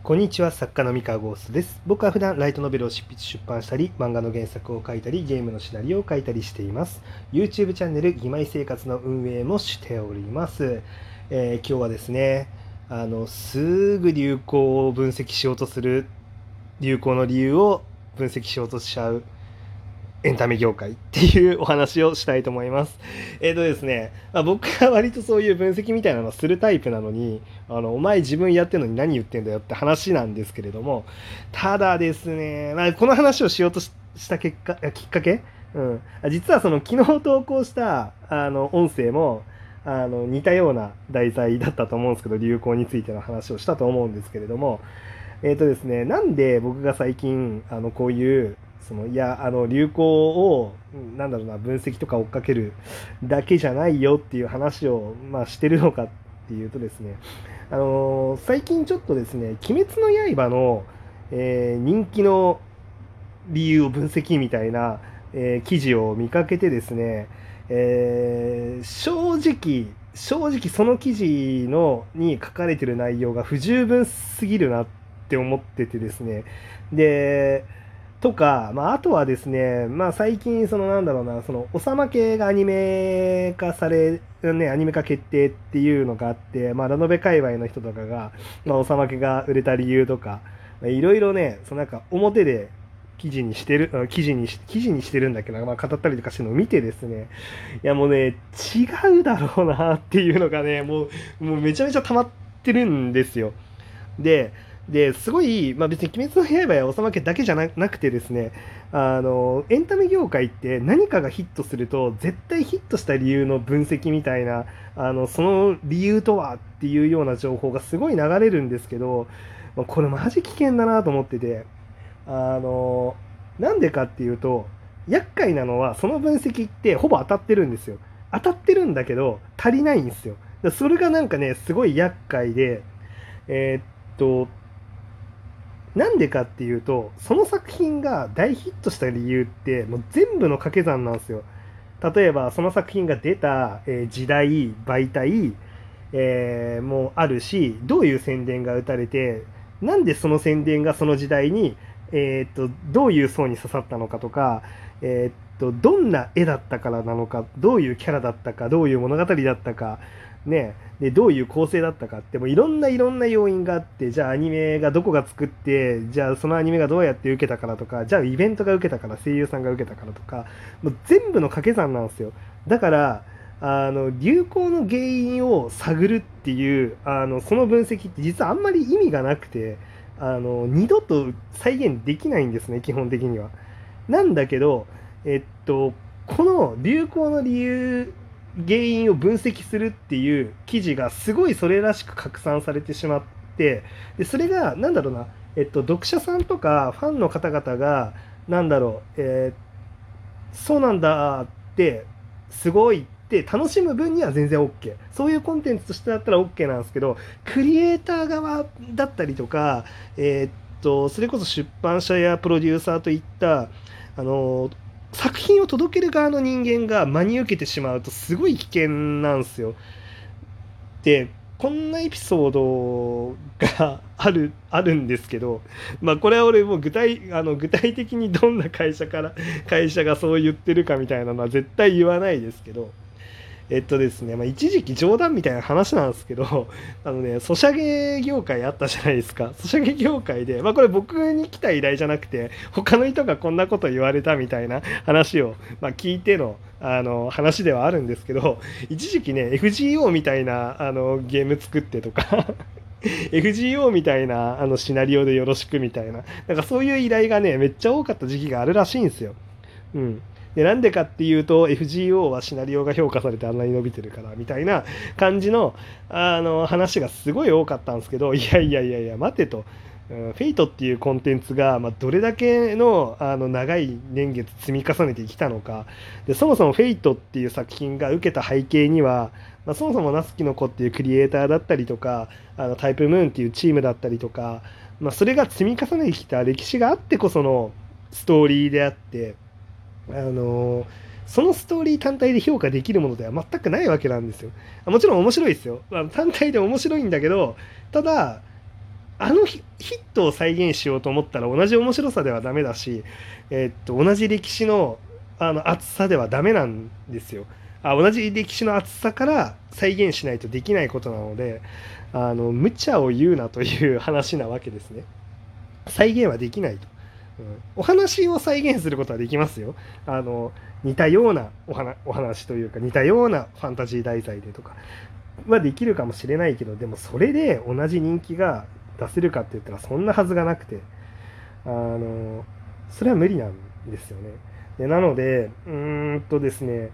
こんにちは、作家の三河ゴーストです。僕は普段ライトノベルを執筆出版したり、漫画の原作を書いたり、ゲームのシナリオを書いたりしています。YouTube チャンネル、義妹生活の運営もしております。今日はですね、すぐ流行を分析しようとする、流行の理由を分析しようとしちゃうエンタメ業界っていうお話をしたいと思います。ですね、僕は割とそういう分析みたいなのをするタイプなのに、お前自分やってるのに何言ってんだよって話なんですけれども、ただですね、この話をしようとしたきっかけ、実はその昨日投稿した音声も似たような題材だったと思うんですけど、流行についての話をしたと思うんですけれども、ですね、なんで僕が最近こういう流行を分析とか追っかけるだけじゃないよっていう話をしてるのかっていうとですね、最近ちょっとですね、鬼滅の刃の、人気の理由を分析みたいな、記事を見かけてですね、正直その記事に書かれてる内容が不十分すぎるなって思っててですね、でとか、あとはですね、最近、その、おさま系がアニメ化され、ね、アニメ化決定っていうのがあって、ラノベ界隈の人とかが、おさま系が売れた理由とか、いろいろね、表で記事にしてる、記事にしてるんだけど、語ったりとかしてるのを見てですね、いやもうね、違うだろうなっていうのがね、もうめちゃめちゃ溜まってるんですよ。で、すごい、別に鬼滅の刃やおさまけだけじゃなくてですね、エンタメ業界って何かがヒットすると、絶対ヒットした理由の分析みたいな、その理由とはっていうような情報がすごい流れるんですけど、これマジ危険だなと思ってて、あの、なんでかっていうと、厄介なのは、その分析ってほぼ当たってるんですよ。当たってるんだけど、足りないんですよ。それがなんかね、すごい厄介で、えーっと、なんでかっていうと、その作品が大ヒットした理由って、もう全部の掛け算なんですよ。例えば、その作品が出た、時代、媒体、もあるし、どういう宣伝が打たれて、なんでその宣伝がその時代に、どういう層に刺さったのかとか、どんな絵だったからなのか、どういうキャラだったか、どういう物語だったか、ね、でどういう構成だったかってもういろんな要因があって、じゃあアニメがどこが作って、じゃあそのアニメがどうやって受けたからとか、じゃあイベントが受けたから声優さんが受けたからとか、もう全部の掛け算なんですよ。だから流行の原因を探るっていうその分析って実はあんまり意味がなくて、二度と再現できないんですね、基本的には。なんだけど、この流行の原因を分析するっていう記事がすごいそれらしく拡散されてしまって、でそれが読者さんとかファンの方々がなんだろう、そうなんだってすごいって楽しむ分には全然 OK、 そういうコンテンツとしてだったら OK なんですけど、クリエイター側だったりとか、それこそ出版社やプロデューサーといったあの作品を届ける側の人間が真に受けてしまうとすごい危険なんですよ。でこんなエピソードがあるんですけど、これは俺もう具体的にどんな会社がそう言ってるかみたいなのは絶対言わないですけど、ですね、一時期冗談みたいな話なんですけど、ソシャゲ業界あったじゃないですか。ソシャゲ業界で、これ僕に来た依頼じゃなくて、他の人がこんなこと言われたみたいな話を、聞いての、話ではあるんですけど、一時期ね、FGO みたいな、ゲーム作ってとかFGO みたいな、シナリオでよろしくみたいな、そういう依頼がね、めっちゃ多かった時期があるらしいんですよ。うん。で、なんでかっていうと、FGO はシナリオが評価されてあんなに伸びてるから、みたいな感じの、話がすごい多かったんですけど、いや、待てと。フェイトっていうコンテンツが、どれだけの長い年月積み重ねてきたのかで、そもそもフェイトっていう作品が受けた背景には、そもそもナスキの子っていうクリエイターだったりとかタイプムーンっていうチームだったりとか、それが積み重ねてきた歴史があってこそのストーリーであって、あのそのストーリー単体で評価できるものでは全くないわけなんですよ。もちろん面白いですよ。単体で面白いんだけど、ただヒットを再現しようと思ったら同じ面白さではダメだし、同じ歴史の、厚さではダメなんですよ。同じ歴史の厚さから再現しないとできないことなので、無茶を言うなという話なわけですね。再現はできないと。お話を再現することはできますよ。似たようなお話というか、似たようなファンタジー題材でとかはできるかもしれないけど、でもそれで同じ人気が出せるかって言ったらそんなはずがなくて、それは無理なんですよね。でなので、ですね、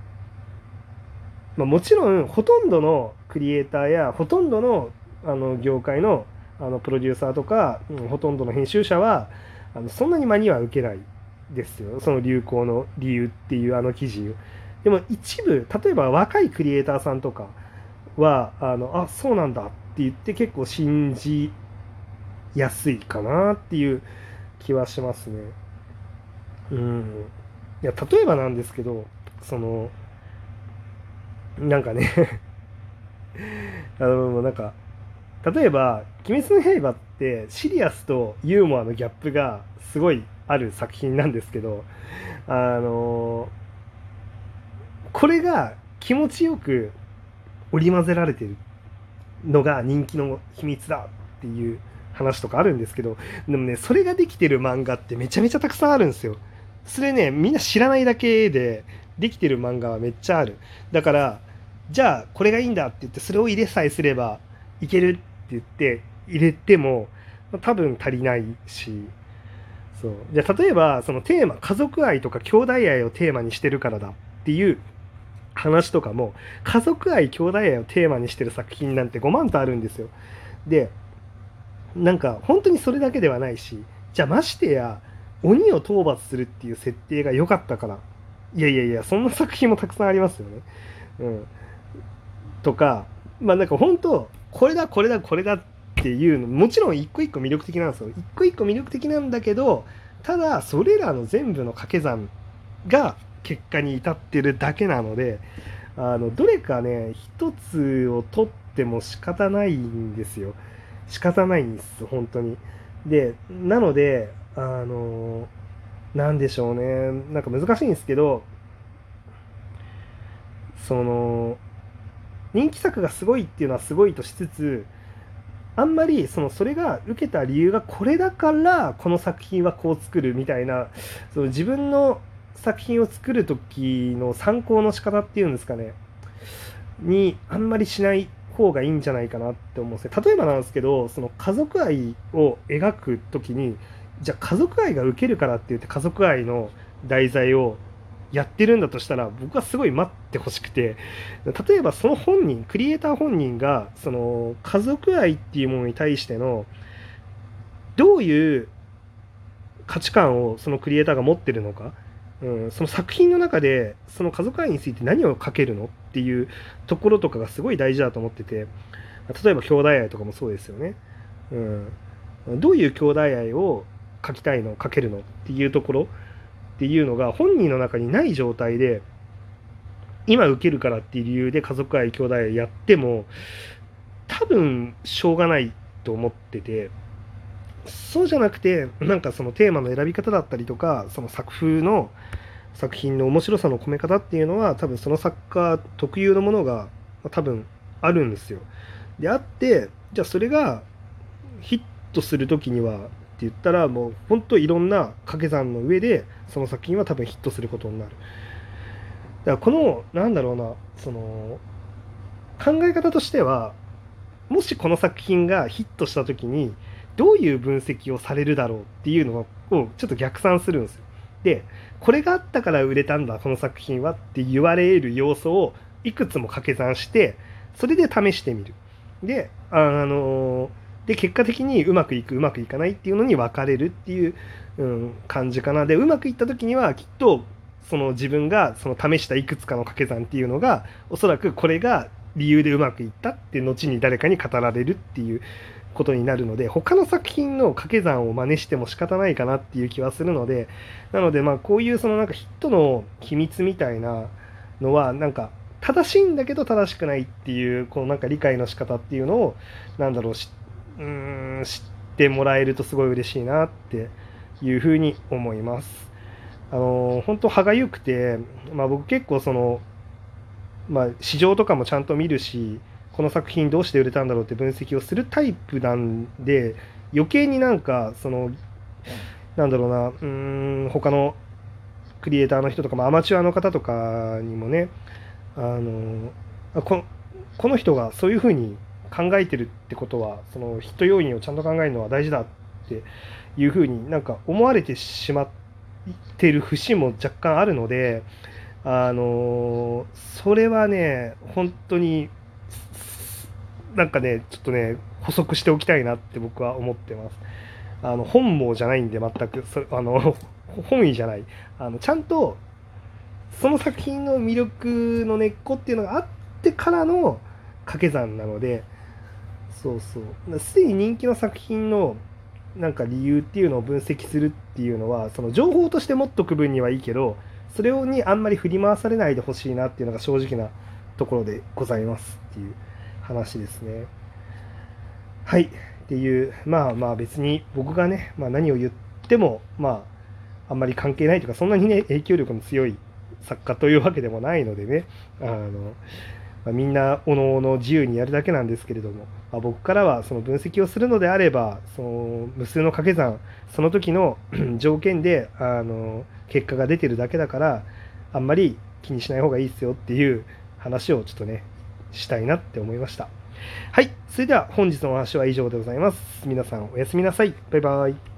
もちろんほとんどのクリエイターやほとんどの業界のプロデューサーとか、ほとんどの編集者はそんなに真には受けないですよ、その流行の理由っていう記事を。でも一部、例えば若いクリエイターさんとかはそうなんだって言って結構信じやすいかなっていう気はしますね。うん。いや、例えばなんですけど、なんかねなんか例えば「鬼滅の刃」ってシリアスとユーモアのギャップがすごいある作品なんですけど、あのこれが気持ちよく織り交ぜられてるのが人気の秘密だっていう話とかあるんですけど、でもね、それができてる漫画ってめちゃめちゃたくさんあるんですよ。それね、みんな知らないだけでできてる漫画はめっちゃある。だからじゃあこれがいいんだって言ってそれを入れさえすればいけるって言って入れても多分足りないし、そうじゃあ例えばそのテーマ家族愛とか兄弟愛をテーマにしてるからだっていう話とかも、家族愛兄弟愛をテーマにしてる作品なんて5万とあるんですよ。でなんか本当にそれだけではないし、じゃあましてや鬼を討伐するっていう設定が良かったから、いやいやいや、そんな作品もたくさんありますよね。うん、とか、まあなんか本当これだこれだこれだっていうのもちろん一個一個魅力的なんですよ。一個一個魅力的なんだけど、ただそれらの全部の掛け算が結果に至ってるだけなので、どれかね一つを取っても仕方ないんですよ。仕方ないんです本当に。でなのでなんでしょうね、なんか難しいんですけど、その人気作がすごいっていうのはすごいとしつつ、あんまりそれが受けた理由がこれだからこの作品はこう作るみたいな、その自分の作品を作る時の参考の仕方っていうんですかね、にあんまりしない方がいいんじゃないかなって思うんですね。例えばなんですけど、その家族愛を描く時に、じゃあ家族愛が受けるからって言って家族愛の題材をやってるんだとしたら、僕はすごい待ってほしくて、例えばその本人クリエイター本人がその家族愛っていうものに対してのどういう価値観をそのクリエイターが持ってるのか、その作品の中でその家族愛について何を書けるのっていうところとかがすごい大事だと思ってて、例えば兄弟愛とかもそうですよね。うん、どういう兄弟愛を書きたいの書けるのっていうところっていうのが本人の中にない状態で、今受けるからっていう理由で家族愛兄弟愛やっても多分しょうがないと思ってて、そうじゃなくてなんかそのテーマの選び方だったりとか、その作風の作品の面白さの込め方っていうのは多分その作家特有のものが多分あるんですよ。であって、じゃあそれがヒットする時にはって言ったら、もう本当いろんな掛け算の上でその作品は多分ヒットすることになる。だからこのなんだろうな、その考え方としては、もしこの作品がヒットした時にどういう分析をされるだろうっていうのをちょっと逆算するんですよ。でこれがあったから売れたんだこの作品はって言われる要素をいくつも掛け算して、それで試してみる。でで結果的にうまくいくうまくいかないっていうのに分かれるっていう、感じかな。でうまくいった時にはきっとその自分がその試したいくつかの掛け算っていうのがおそらくこれが理由でうまくいったって後に誰かに語られるっていうことになるので、他の作品の掛け算を真似しても仕方ないかなっていう気はするので、なのでまあこういうそのなんかヒットの秘密みたいなのはなんか正しいんだけど正しくないっていうこうなんか理解の仕方っていうのをなんだろう知ってもらえるとすごい嬉しいなっていうふうに思います。本当歯がゆくて、僕結構市場とかもちゃんと見るし、この作品どうして売れたんだろうって分析をするタイプなんで、余計になんだろうな、他のクリエイターの人とか、アマチュアの方とかにもね、あのこの人がそういうふうに考えてるってことは、そのヒット要因をちゃんと考えるのは大事だっていうふうに思われてしまってる節も若干あるので、それはね、本当にちょっとね、補足しておきたいなって僕は思ってます。本望じゃないんで、全く本意じゃない。ちゃんとその作品の魅力の根っこっていうのがあってからの掛け算なので、そうそう。すでに人気の作品の理由っていうのを分析するっていうのは、その情報として持っとく分にはいいけど、それにあんまり振り回されないでほしいなっていうのが正直なところでございますっていう話ですね。はい。っていう、別に僕がね、何を言っても、あんまり関係ないというか、そんなにね、影響力の強い作家というわけでもないのでね、みんなおのおの自由にやるだけなんですけれども、僕からはその分析をするのであれば、その無数の掛け算、その時の条件で結果が出てるだけだから、あんまり気にしない方がいいですよっていう話をちょっとね、したいなって思いました。はい、それでは本日のお話は以上でございます。皆さんおやすみなさい。バイバイ。